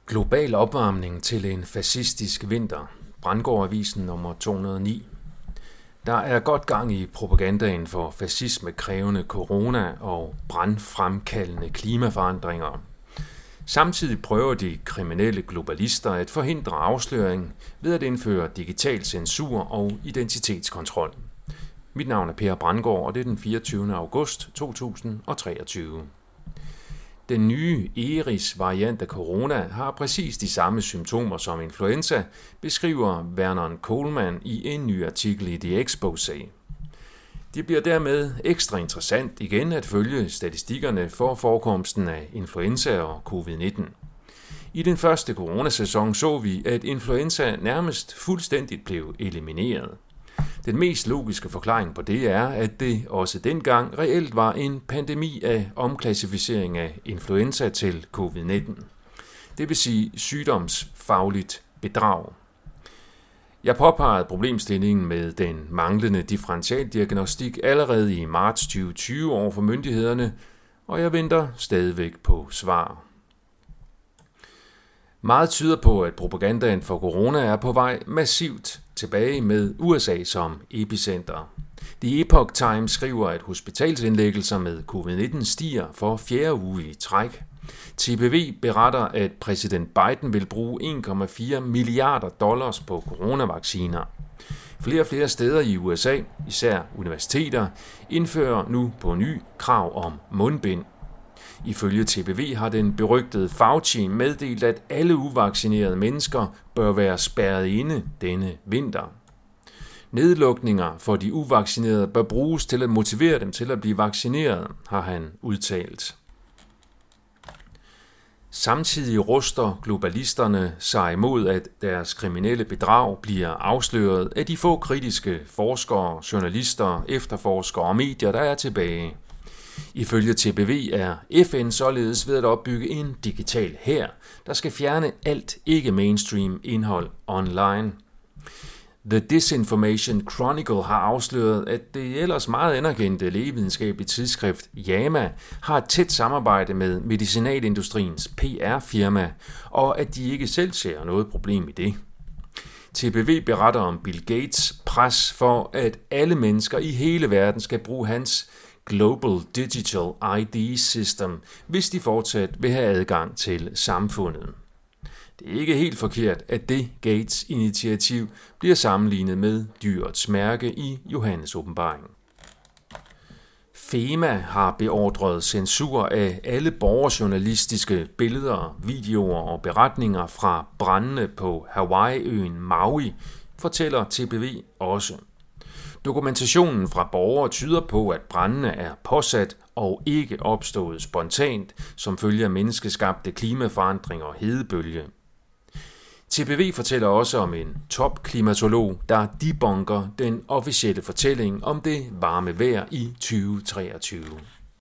Global opvarmning til en fascistisk vinter. Brandgård-avisen nummer 209. Der er godt gang i propagandaen for fascisme-krævende corona og brandfremkaldende klimaforandringer. Samtidig prøver de kriminelle globalister at forhindre afsløring ved at indføre digital censur og identitetskontrol. Mit navn er Per Brandgård, og det er den 24. august 2023. Den nye Eris-variant af corona har præcis de samme symptomer som influenza, beskriver Vernon Coleman i en ny artikel i The Exposé. Det bliver dermed ekstra interessant igen at følge statistikkerne for forekomsten af influenza og covid-19. I den første coronasæson så vi, at influenza nærmest fuldstændigt blev elimineret. Den mest logiske forklaring på det er, at det også dengang reelt var en pandemi af omklassificering af influenza til covid-19. Det vil sige sygdomsfagligt bedrag. Jeg påpegede problemstillingen med den manglende differentialdiagnostik allerede i marts 2020 over for myndighederne, og jeg venter stadigvæk på svar. Meget tyder på, at propagandaen for corona er på vej massivt tilbage med USA som epicenter. The Epoch Times skriver, at hospitalsindlæggelser med covid-19 stiger for 4. uge i træk. TPV beretter, at præsident Biden vil bruge $1,4 milliarder på coronavacciner. Flere og flere steder i USA, især universiteter, indfører nu på ny krav om mundbind. Ifølge TPV har den berygtede Fauci meddelt, at alle uvaccinerede mennesker bør være spærret inde denne vinter. Nedlukninger for de uvaccinerede bør bruges til at motivere dem til at blive vaccineret, har han udtalt. Samtidig ruster globalisterne sig imod, at deres kriminelle bedrag bliver afsløret af de få kritiske forskere, journalister, efterforskere og medier, der er tilbage. Ifølge TPV er FN således ved at opbygge en digital hær, der skal fjerne alt ikke-mainstream indhold online. The Disinformation Chronicle har afsløret, at det ellers meget anerkendte lægevidenskabelige tidsskrift JAMA har et tæt samarbejde med medicinalindustriens PR-firma, og at de ikke selv ser noget problem i det. TPV beretter om Bill Gates' pres for, at alle mennesker i hele verden skal bruge hans Global Digital ID System, hvis de fortsat vil have adgang til samfundet. Det er ikke helt forkert, at det Gates-initiativ bliver sammenlignet med dyrets mærke i Johannes åbenbaring. FEMA har beordret censur af alle borgerjournalistiske billeder, videoer og beretninger fra brandene på Hawaii-øen Maui, fortæller TPV også. Dokumentationen fra borgere tyder på, at brandene er påsat og ikke opstået spontant, som følge af menneskeskabte klimaforandringer og hedebølge. TPV fortæller også om en topklimatolog, der debunker den officielle fortælling om det varme vejr i 2023.